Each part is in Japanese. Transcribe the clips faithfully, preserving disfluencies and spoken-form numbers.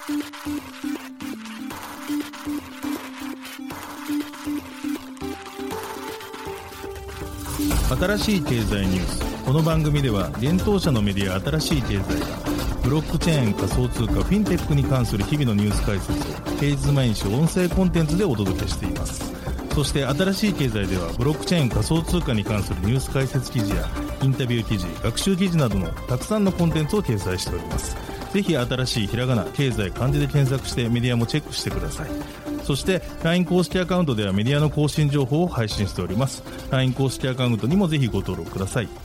新しい経済ニュース。この番組では現当社のメディア新しい経済がブロックチェーン、仮想通貨、フィンテックに関する日々のニュース解説を平日毎日音声コンテンツでお届けしています。そして新しい経済ではブロックチェーン、仮想通貨に関するニュース解説記事やインタビュー記事、学習記事などのたくさんのコンテンツを掲載しております。ぜひ新しいひらがな、経済、漢字で検索してメディアもチェックしてください。そして ライン 公式アカウントではメディアの更新情報を配信しております。 ライン 公式アカウントにもぜひご登録ください。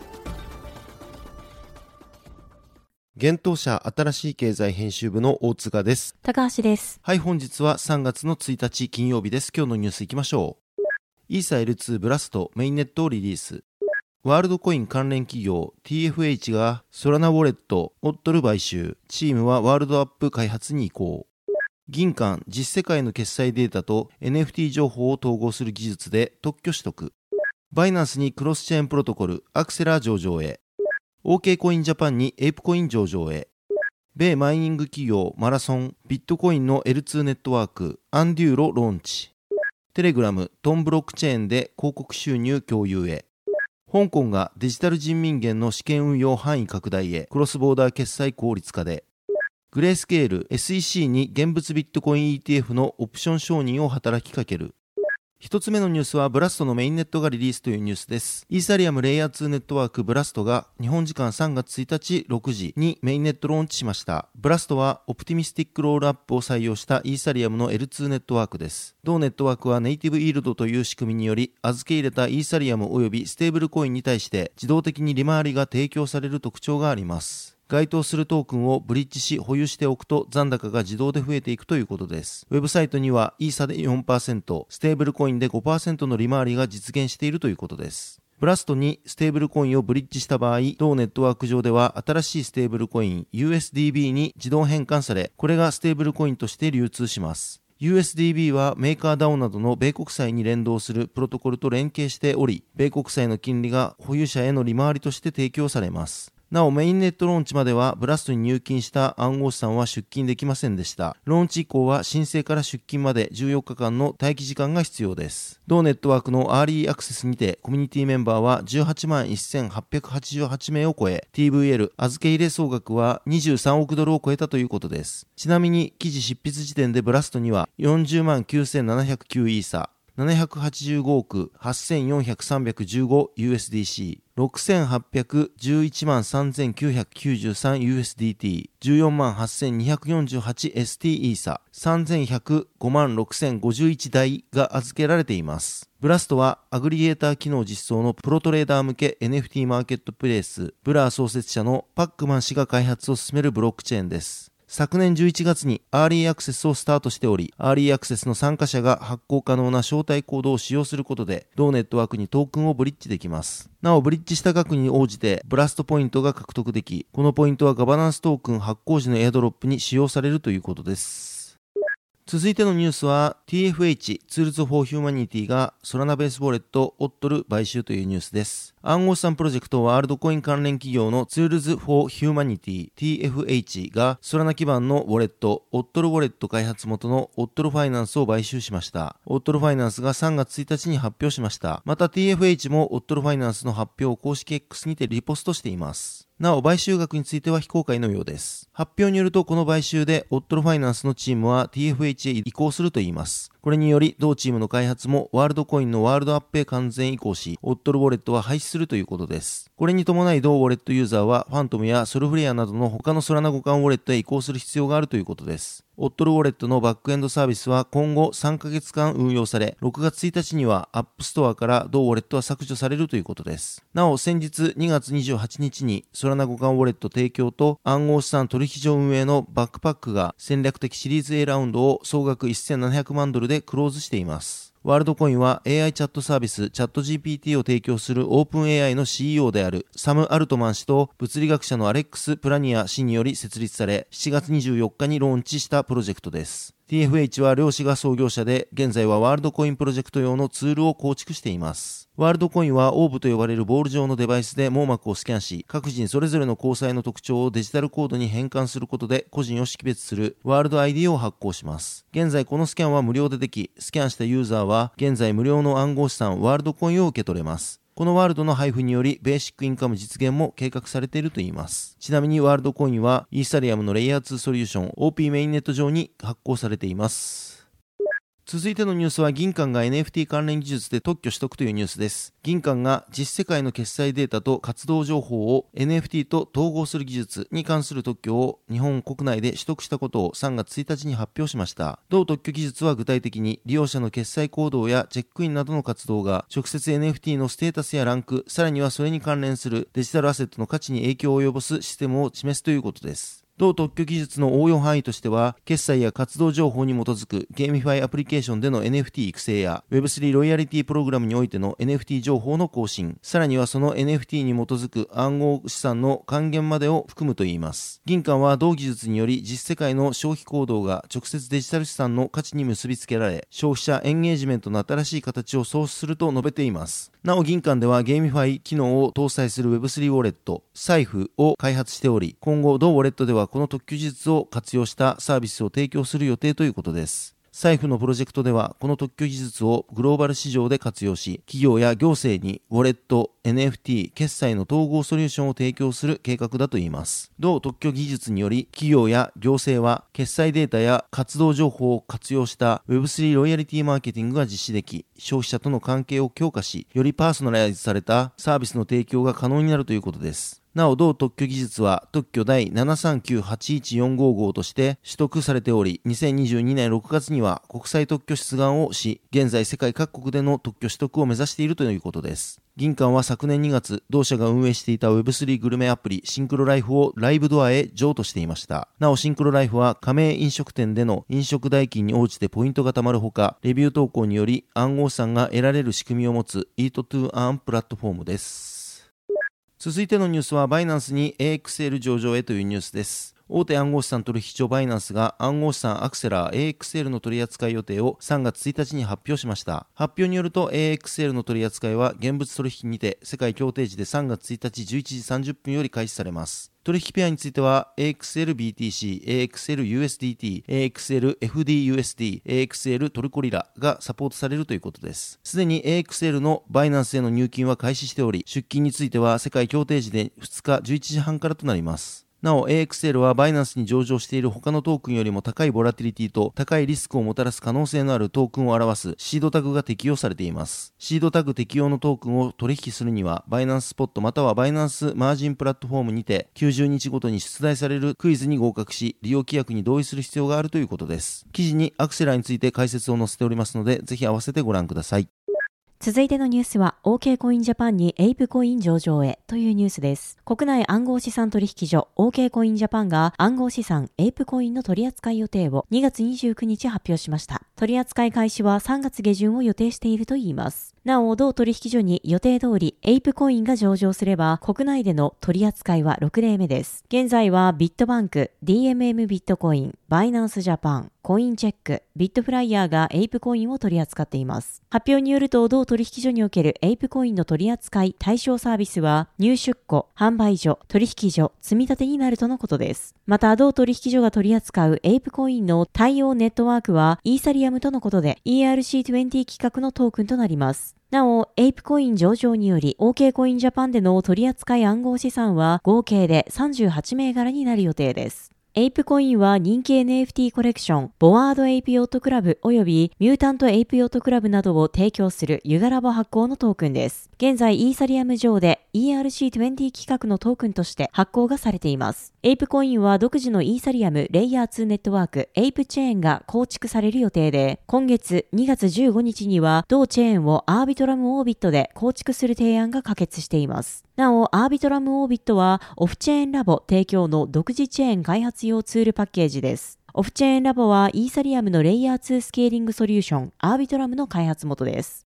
現当社新しい経済編集部の大塚です。 高橋です。 はい、本日はさんがつのついたち金曜日です。今日のニュースいきましょう。イーサ エルツー ブラストメインネットをリリース。ワールドコイン関連企業 ティーエフエイチ がソラナウォレット、オットル買収。チームはワールドアップ開発に移行。銀館、実世界の決済データと エヌエフティー 情報を統合する技術で特許取得。バイナンスにクロスチェーンプロトコル、アクセラー上場へ。オーケー コインジャパンにエイプコイン上場へ。米マイニング企業マラソン、ビットコインの エルツー ネットワーク、アンデューロローンチ。テレグラム、トンブロックチェーンで広告収入共有へ。香港がデジタル人民元の試験運用範囲拡大へ、クロスボーダー決済効率化で。グレースケール エスイーシー に現物ビットコイン イーティーエフ のオプション承認を働きかける。一つ目のニュースはブラストのメインネットがリリースというニュースです。イーサリアムレイヤーツーネットワークブラストが日本時間さんがつついたちろくじにメインネットローンチしました。ブラストはオプティミスティックロールアップを採用したイーサリアムの エルツー ネットワークです。同ネットワークはネイティブイールドという仕組みにより預け入れたイーサリアム及びステーブルコインに対して自動的に利回りが提供される特徴があります。該当するトークンをブリッジし保有しておくと残高が自動で増えていくということです。ウェブサイトにはイーサで よんパーセント、ステーブルコインで ごパーセント の利回りが実現しているということです。ブラストにステーブルコインをブリッジした場合、同ネットワーク上では新しいステーブルコイン ユーエスディービー に自動変換され、これがステーブルコインとして流通します。ユーエスディービー はメーカー ダオ などの米国債に連動するプロトコルと連携しており、米国債の金利が保有者への利回りとして提供されます。なおメインネットローンチまではブラストに入金した暗号資産は出金できませんでした。ローンチ以降は申請から出金までじゅうよっかかんの待機時間が必要です。同ネットワークのアーリーアクセスにてコミュニティメンバーはじゅうはちまんせんはっぴゃくはちじゅうはちめいを超え ティーブイエル 預け入れ総額はにじゅうさんおくドルを超えたということです。ちなみに記事執筆時点でブラストにはよんじゅうまんきゅうせんななひゃくきゅうイーサ、ななひゃくはちじゅうごおくはっせんよんひゃくさんびゃくじゅうごユーエスディーシー、ろくせんはっぴゃくじゅういちまんさんぜんきゅうひゃくきゅうじゅうさんユーエスディーティー、じゅうよんまんはっせんにひゃくよんじゅうはちエスティー イーサ、さんぜんひゃくごまんろくせんごじゅういちだいが預けられています。ブラストはアグリゲーター機能実装のプロトレーダー向け エヌエフティー マーケットプレイス、ブラー創設者のパックマン氏が開発を進めるブロックチェーンです。昨年じゅういちがつにアーリーアクセスをスタートしており、アーリーアクセスの参加者が発行可能な招待コードを使用することで、同ネットワークにトークンをブリッジできます。なお、ブリッジした額に応じてブラストポイントが獲得でき、このポイントはガバナンストークン発行時のエアドロップに使用されるということです。続いてのニュースは ティーエフエイチ Tools for Humanity がソラナベースウォレットオットル買収というニュースです。暗号資産プロジェクトワールドコイン関連企業の Tools for Humanity ティーエフエイチ がソラナ基盤のウォレットオットルウォレット開発元のオットルファイナンスを買収しました。オットルファイナンスがさんがつついたちに発表しました。また ティーエフエイチ もオットルファイナンスの発表を公式 X にてリポストしています。なお、買収額については非公開のようです。発表によると、この買収でオットルファイナンスのチームは ティーエフエイチ へ移行するといいます。これにより、同チームの開発もワールドコインのワールドアップへ完全移行し、オットルウォレットは廃止するということです。これに伴い、同ウォレットユーザーはファントムやソルフレアなどの他のソラナ互換ウォレットへ移行する必要があるということです。オットルウォレットのバックエンドサービスは今後さんかげつかん運用され、ろくがつついたちにはアップストアから同ウォレットは削除されるということです。なお、先日にがつにじゅうはちにちにソラナ互換ウォレット提供と暗号資産取引所運営のバックパックが戦略的シリーズ A ラウンドを総額せんななひゃくまんドルでクローズしています。ワールドコインは エーアイ チャットサービスチャット ジーピーティー を提供するオープン エーアイ の シーイーオー であるサム・アルトマン氏と物理学者のアレックス・プラニア氏により設立され、しちがつにじゅうよっかにローンチしたプロジェクトです。 ティーエフエイチ は両氏が創業者で、現在はワールドコインプロジェクト用のツールを構築しています。ワールドコインはオーブと呼ばれるボール状のデバイスで網膜をスキャンし、各人それぞれの交際の特徴をデジタルコードに変換することで個人を識別するワールド アイディー を発行します。現在このスキャンは無料ででき、スキャンしたユーザーは現在無料の暗号資産ワールドコインを受け取れます。このワールドの配布によりベーシックインカム実現も計画されているといいます。ちなみにワールドコインはイーサリアムのレイヤーツーソリューション オーピー メインネット上に発行されています。続いてのニュースは銀館が エヌエフティー 関連技術で特許取得というニュースです。銀館が実世界の決済データと活動情報を エヌエフティー と統合する技術に関する特許を日本国内で取得したことをさんがつついたちに発表しました。同特許技術は具体的に利用者の決済行動やチェックインなどの活動が直接 エヌエフティー のステータスやランク、さらにはそれに関連するデジタルアセットの価値に影響を及ぼすシステムを示すということです。同特許技術の応用範囲としては、決済や活動情報に基づくゲーミファイアプリケーションでの エヌエフティー 育成や ウェブスリー ロイヤリティプログラムにおいての エヌエフティー 情報の更新、さらにはその エヌエフティー に基づく暗号資産の還元までを含むといいます。銀館は同技術により実世界の消費行動が直接デジタル資産の価値に結びつけられ、消費者エンゲージメントの新しい形を創出すると述べています。なお銀館ではゲーミファイ機能を搭載する ウェブスリー ウォレット、財布を開発しており、今後同ウォレットではこの特許技術を活用したサービスを提供する予定ということです。財布のプロジェクトではこの特許技術をグローバル市場で活用し、企業や行政にウォレット、エヌエフティー、決済の統合ソリューションを提供する計画だといいます。同特許技術により企業や行政は決済データや活動情報を活用した ウェブスリー ロイヤリティマーケティングが実施でき、消費者との関係を強化し、よりパーソナライズされたサービスの提供が可能になるということです。なお同特許技術は特許第ななさんきゅうはちいちよんご号として取得されており、にせんにじゅうにねんろくがつには国際特許出願をし、現在世界各国での特許取得を目指しているということです。銀館は昨年にがつ、同社が運営していた ウェブスリー グルメアプリシンクロライフをライブドアへ譲渡していました。なおシンクロライフは加盟飲食店での飲食代金に応じてポイントが貯まるほか、レビュー投稿により暗号資産が得られる仕組みを持つ イートトゥアーン プラットフォームです。続いてのニュースはバイナンスに エーエックスエル 上場へというニュースです。大手暗号資産取引所バイナンスが暗号資産アクセラー エーエックスエル の取扱い予定をさんがつついたちに発表しました。発表によると エーエックスエル の取扱いは現物取引にて世界協定時でさんがつついたちじゅういちじさんじゅっぷんより開始されます。取引ペアについては エーエックスエルビーティーシー、エーエックスエルユーエスディーティー、エーエックスエルエフディーユーエスディー、エーエックスエル トルコリラがサポートされるということです。すでに エーエックスエル のバイナンスへの入金は開始しており、出金については世界協定時でふつかじゅういちじはんからとなります。なお エーエックスエル はバイナンスに上場している他のトークンよりも高いボラティリティと高いリスクをもたらす可能性のあるトークンを表すシードタグが適用されています。シードタグ適用のトークンを取引するにはバイナンススポットまたはバイナンスマージンプラットフォームにてきゅうじゅうにちごとに出題されるクイズに合格し、利用規約に同意する必要があるということです。記事にアクセラについて解説を載せておりますので、ぜひ合わせてご覧ください。 続いてのニュースは オーケー コインジャパンにエイプコイン上場へというニュースです。国内暗号資産取引所 オーケー コインジャパンが暗号資産エイプコインの取扱い予定をにがつにじゅうくにち発表しました。取扱い開始はさんがつげじゅんを予定しているといいます。なお同取引所に予定通りエイプコインが上場すれば国内での取扱いはろくれいめです。現在はビットバンク、ディーエムエム ビットコイン、バイナンスジャパン、コインチェック、ビットフライヤーがエイプコインを取り扱っています。発表によると同取引所におけるエイプコインの取扱い対象サービスは入出庫、販売所、取引所、積み立てになるとのことです。また同取引所が取り扱うエイプコインの対応ネットワークはイーサリアムとのことで イーアールシーにじゅう 規格のトークンとなります。なお、エイプコイン上場により オーケー コインジャパンでの取扱い暗号資産は合計でさんじゅうはちめいがらになる予定です。エイプコインは人気 エヌエフティー コレクション、ボワードエイプヨットクラブ及びミュータントエイプヨットクラブなどを提供するユガラボ発行のトークンです。現在イーサリアム上で イーアールシーにじゅう 規格のトークンとして発行がされています。エイプコインは独自のイーサリアムレイヤーツーネットワークエイプチェーンが構築される予定で、今月にがつじゅうごにちには同チェーンをアービトラムオービットで構築する提案が可決しています。なお、アービトラムオービットはオフチェーンラボ提供の独自チェーン開発用ツールパッケージです。オフチェーンラボはイーサリアムのレイヤーツースケーリングソリューションアービトラムの開発元です。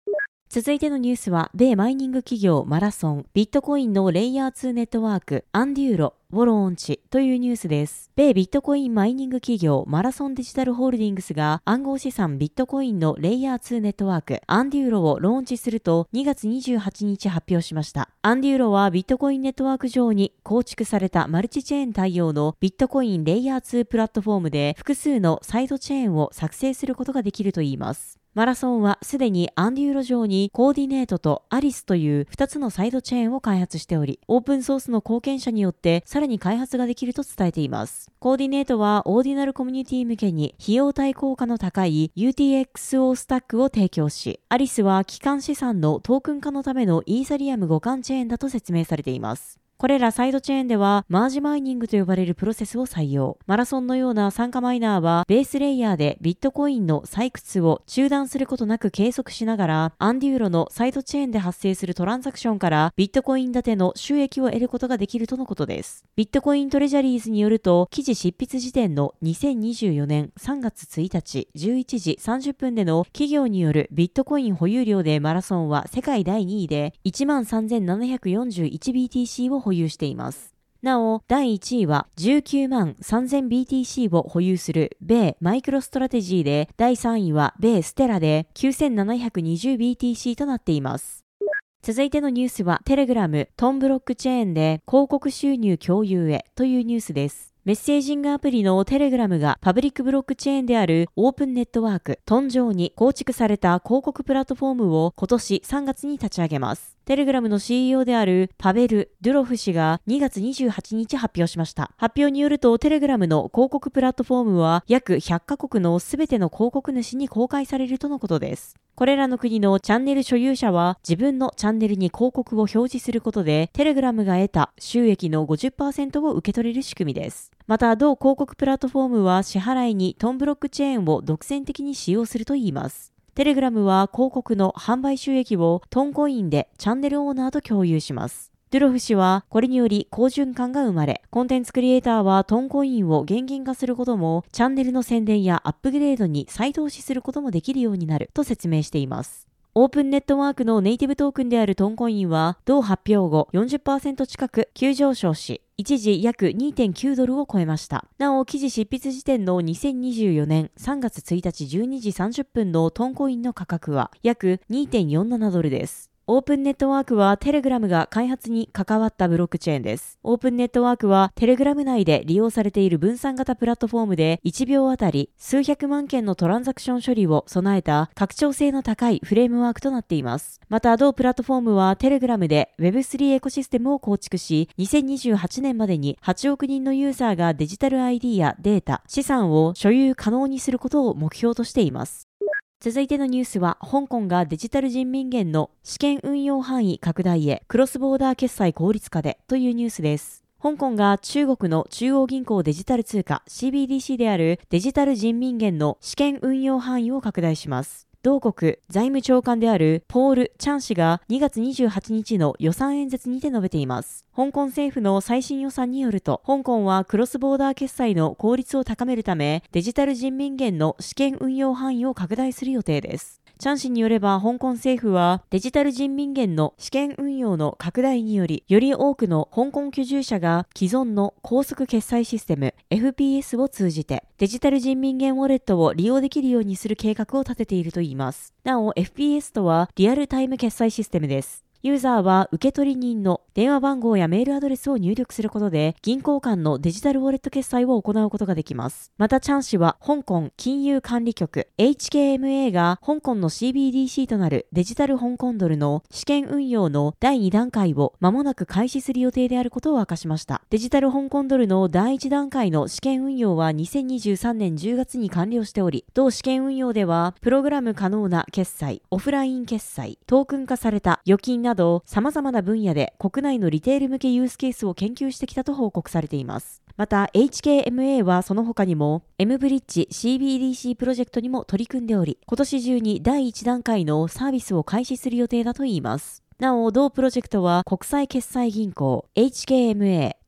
続いてのニュースは、米マイニング企業マラソン、ビットコインのレイヤーツーネットワーク、アンデューロをローンチというニュースです。米ビットコインマイニング企業マラソンデジタルホールディングスが暗号資産ビットコインのレイヤーツーネットワーク、アンデューロをローンチするとにがつにじゅうはちにち発表しました。アンデューロはビットコインネットワーク上に構築されたマルチチェーン対応のビットコインレイヤーツープラットフォームで複数のサイドチェーンを作成することができるといいます。マラソンはすでにアンデューロ上にコーディネートとアリスというふたつのサイドチェーンを開発しており、オープンソースの貢献者によってさらに開発ができると伝えています。コーディネートはオーディナルコミュニティ向けに費用対効果の高い ユーティーエックスオー スタックを提供し、アリスは基幹資産のトークン化のためのイーサリアム互換チェーンだと説明されています。これらサイドチェーンではマージマイニングと呼ばれるプロセスを採用。マラソンのような参加マイナーはベースレイヤーでビットコインの採掘を中断することなく計測しながら、アンデューロのサイドチェーンで発生するトランザクションからビットコイン建ての収益を得ることができるとのことです。ビットコイントレジャリーズによると、記事執筆時点のにせんにじゅうよねんさんがつついたちじゅういちじさんじゅっぷんでの企業によるビットコイン保有量でマラソンは世界だいにいで いちまんさんぜんななひゃくよんじゅういちビーティーシー を保有しています。なお、だいいちいはじゅうきゅうまんさんぜんビーティーシー を保有する米マイクロストラテジーで、だいさんいは米ステラで きゅうせんななひゃくにじゅうビーティーシー となっています。続いてのニュースは、テレグラム、トンブロックチェーンで広告収入共有へというニュースです。メッセージングアプリのテレグラムがパブリックブロックチェーンであるオープンネットワーク、トン上に構築された広告プラットフォームを今年さんがつに立ち上げます。テレグラムの シーイーオー であるパベル・ドゥロフ氏がにがつにじゅうはちにち発表しました。発表によると、テレグラムの広告プラットフォームは約ひゃっかこくのすべての広告主に公開されるとのことです。これらの国のチャンネル所有者は自分のチャンネルに広告を表示することで、テレグラムが得た収益の ごじゅっパーセント を受け取れる仕組みです。また、同広告プラットフォームは支払いにトンブロックチェーンを独占的に使用するといいます。テレグラムは広告の販売収益をトンコインでチャンネルオーナーと共有します。ドゥロフ氏は、これにより好循環が生まれ、コンテンツクリエイターはトンコインを現金化することも、チャンネルの宣伝やアップグレードに再投資することもできるようになると説明しています。オープンネットワークのネイティブトークンであるトンコインは、同発表後 よんじゅっパーセント 近く急上昇し、一時約 にてんきゅうドルを超えました。なお、記事執筆時点のにせんにじゅうよねんさんがつついたちじゅうにじさんじゅっぷんのトンコインの価格は約 にてんよんななドルです。オープンネットワークはテレグラムが開発に関わったブロックチェーンです。オープンネットワークはテレグラム内で利用されている分散型プラットフォームでいちびょうあたり数百万件のトランザクション処理を備えた拡張性の高いフレームワークとなっています。また同プラットフォームはテレグラムで ウェブスリー エコシステムを構築し、にせんにじゅうはちねんまでにはちおくにんのユーザーがデジタル アイディー やデータ、資産を所有可能にすることを目標としています。続いてのニュースは、香港がデジタル人民元の試験運用範囲拡大へクロスボーダー決済効率化でというニュースです。香港が中国の中央銀行デジタル通貨 シービーディーシー であるデジタル人民元の試験運用範囲を拡大します。同国財務長官であるポール・チャン氏がにがつにじゅうはちにちの予算演説にて述べています。香港政府の最新予算によると、香港はクロスボーダー決済の効率を高めるため、デジタル人民元の試験運用範囲を拡大する予定です。チャン氏によれば、香港政府はデジタル人民元の試験運用の拡大により、より多くの香港居住者が既存の高速決済システム エフピーエス を通じてデジタル人民元ウォレットを利用できるようにする計画を立てているといいます。なお エフピーエス とはリアルタイム決済システムです。ユーザーは受取人の電話番号やメールアドレスを入力することで銀行間のデジタルウォレット決済を行うことができます。またチャン氏は香港金融管理局 エイチケーエムエー が香港の シービーディーシー となるデジタル香港ドルの試験運用のだいにだんかいを間もなく開始する予定であることを明かしました。デジタル香港ドルのだいいちだんかいの試験運用はにせんにじゅうさんねんじゅうがつに完了しており、同試験運用ではプログラム可能な決済、オフライン決済、トークン化された預金など様々な分野で国内のリテール向けユースケースを研究してきたと報告されています。また エイチケーエムエー はその他にも M ブリッジ シービーディーシー プロジェクトにも取り組んでおり、今年中にだいいちだんかいのサービスを開始する予定だといいます。なお同プロジェクトは国際決済銀行 エイチケーエムエー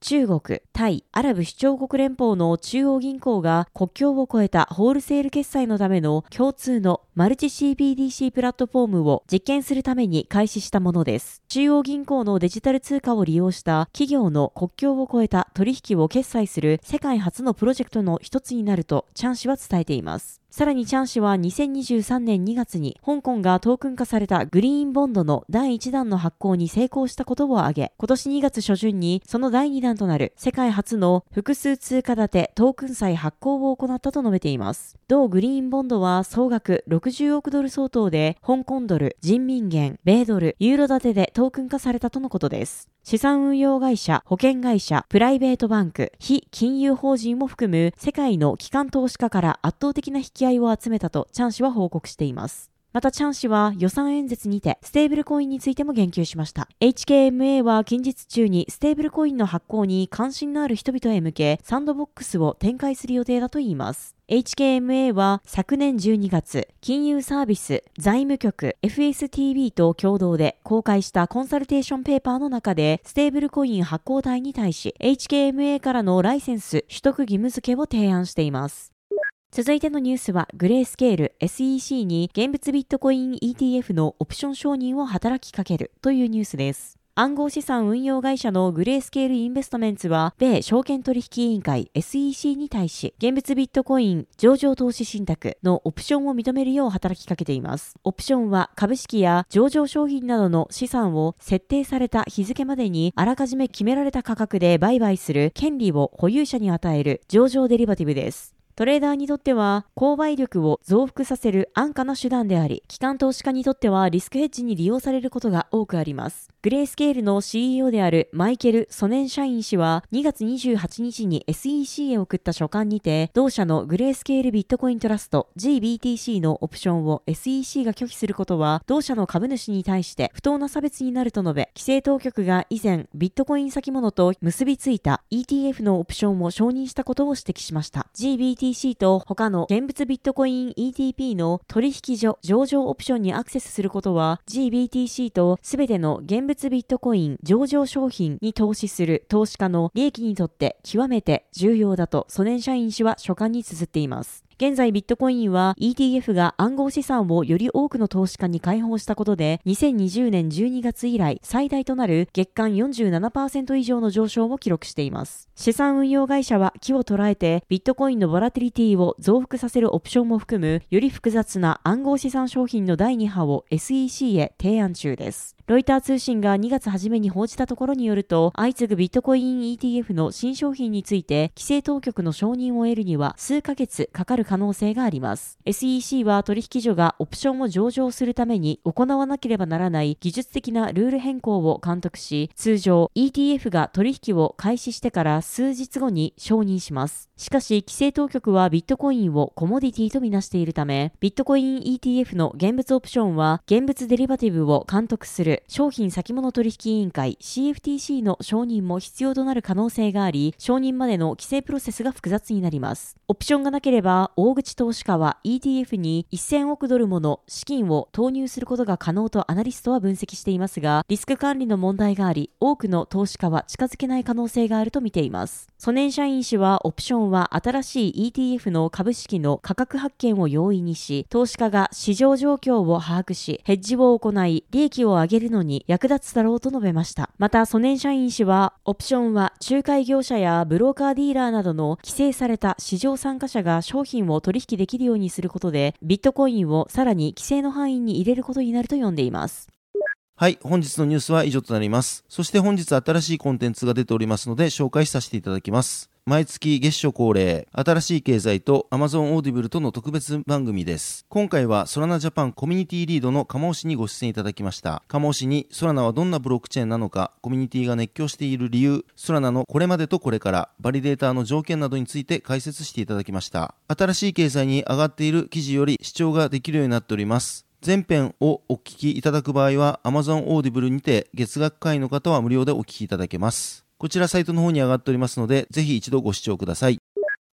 中国、タイ、アラブ首長国連邦の中央銀行が国境を越えたホールセール決済のための共通のマルチ シービーディーシー プラットフォームを実験するために開始したものです。中央銀行のデジタル通貨を利用した企業の国境を越えた取引を決済する世界初のプロジェクトの一つになるとチャン氏は伝えています。さらにチャン氏はにせんにじゅうさんねんにがつに香港がトークン化されたグリーンボンドのだいいちだんの発行に成功したことを挙げ、今年にがつ初旬にそのだいにだんとなる世界初の複数通貨建てトークン債発行を行ったと述べています。同グリーンボンドは総額ろくじゅうおくドル相当で香港ドル、人民元、米ドル、ユーロ建てでトークン化されたとのことです。資産運用会社、保険会社、プライベートバンク、非金融法人も含む世界の機関投資家から圧倒的な引き合いを集めたとチャン氏は報告しています。またチャン氏は予算演説にてステーブルコインについても言及しました。エイチケーエムエー は近日中にステーブルコインの発行に関心のある人々へ向けサンドボックスを展開する予定だといいます。エイチケーエムエー は昨年じゅうにがつ、金融サービス財務局 エフエスティービー と共同で公開したコンサルテーションペーパーの中でステーブルコイン発行体に対し エイチケーエムエー からのライセンス取得義務付けを提案しています。続いてのニュースはグレースケール エスイーシー に現物ビットコイン イーティーエフ のオプション承認を働きかけるというニュースです。暗号資産運用会社のグレースケールインベストメンツは米証券取引委員会 エスイーシー に対し現物ビットコイン上場投資信託のオプションを認めるよう働きかけています。オプションは株式や上場商品などの資産を設定された日付までにあらかじめ決められた価格で売買する権利を保有者に与える上場デリバティブです。トレーダーにとっては購買力を増幅させる安価な手段であり、機関投資家にとってはリスクヘッジに利用されることが多くあります。グレースケールの シーイーオー であるマイケル・ソネンシャイン氏はにがつにじゅうはちにちに エスイーシー へ送った書簡にて、同社のグレースケールビットコイントラスト ジービーティーシー のオプションを エスイーシー が拒否することは同社の株主に対して不当な差別になると述べ、規制当局が以前ビットコイン先物と結びついた イーティーエフ のオプションを承認したことを指摘しました。ジービーティーシー と他の現物ビットコイン イーティーピー の取引所上場オプションにアクセスすることは ジービーティーシー とすべての現物ビットコイン上場商品に投資する投資家の利益にとって極めて重要だとソネンシャイン氏は書簡に綴っています。現在ビットコインは イーティーエフ が暗号資産をより多くの投資家に開放したことでにせんにじゅうねんじゅうにがつ以来最大となる月間 よんじゅうななパーセント 以上の上昇を記録しています。資産運用会社は機を捉えてビットコインのボラティリティを増幅させるオプションも含むより複雑な暗号資産商品のだいに波を エスイーシー へ提案中です。ロイター通信がにがつ初めに報じたところによると、相次ぐビットコイン イーティーエフ の新商品について規制当局の承認を得るには数ヶ月かかる可能性があります。エスイーシー は取引所がオプションを上場するために行わなければならない技術的なルール変更を監督し、通常 イーティーエフ が取引を開始してから数日後に承認します。しかし規制当局はビットコインをコモディティとみなしているため、ビットコイン イーティーエフ の現物オプションは現物デリバティブを監督する商品先物取引委員会 シーエフティーシー の承認も必要となる可能性があり、承認までの規制プロセスが複雑になります。オプションがなければ大口投資家は イーティーエフ にせんおくドルもの資金を投入することが可能とアナリストは分析していますが、リスク管理の問題があり、多くの投資家は近づけない可能性があると見ています。ソネンシャイン氏はオプションは新しい イーティーエフ の株式の価格発見を容易にし、投資家が市場状況を把握し、ヘッジを行い、利益を上げるのに役立つだろうと述べました。また、ソネンシャイン氏は、オプションは仲介業者やブローカーディーラーなどの規制された市場参加者が商品を取引できるようにすることで、ビットコインをさらに規制の範囲に入れることになると読んでいます。 はい、本日のニュースは以上となります。そして本日新しいコンテンツが出ておりますので紹介させていただきます。毎月月初恒例、新しい経済と Amazon Audible との特別番組です。今回はソラナジャパンコミュニティリードの鴨尾氏にご出演いただきました。鴨尾氏にソラナはどんなブロックチェーンなのか、コミュニティが熱狂している理由、ソラナのこれまでとこれから、バリデーターの条件などについて解説していただきました。新しい経済に上がっている記事より視聴ができるようになっております。前編をお聞きいただく場合は Amazon Audible にて月額会員の方は無料でお聞きいただけます。こちらサイトの方に上がっておりますので、ぜひ一度ご視聴ください。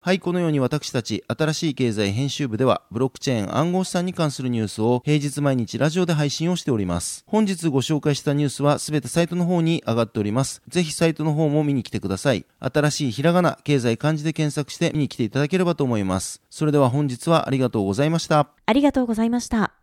はい、このように私たち新しい経済編集部ではブロックチェーン暗号資産に関するニュースを平日毎日ラジオで配信をしております。本日ご紹介したニュースはすべてサイトの方に上がっております。ぜひサイトの方も見に来てください。新しいひらがな、経済漢字で検索して見に来ていただければと思います。それでは本日はありがとうございました。 ありがとうございました。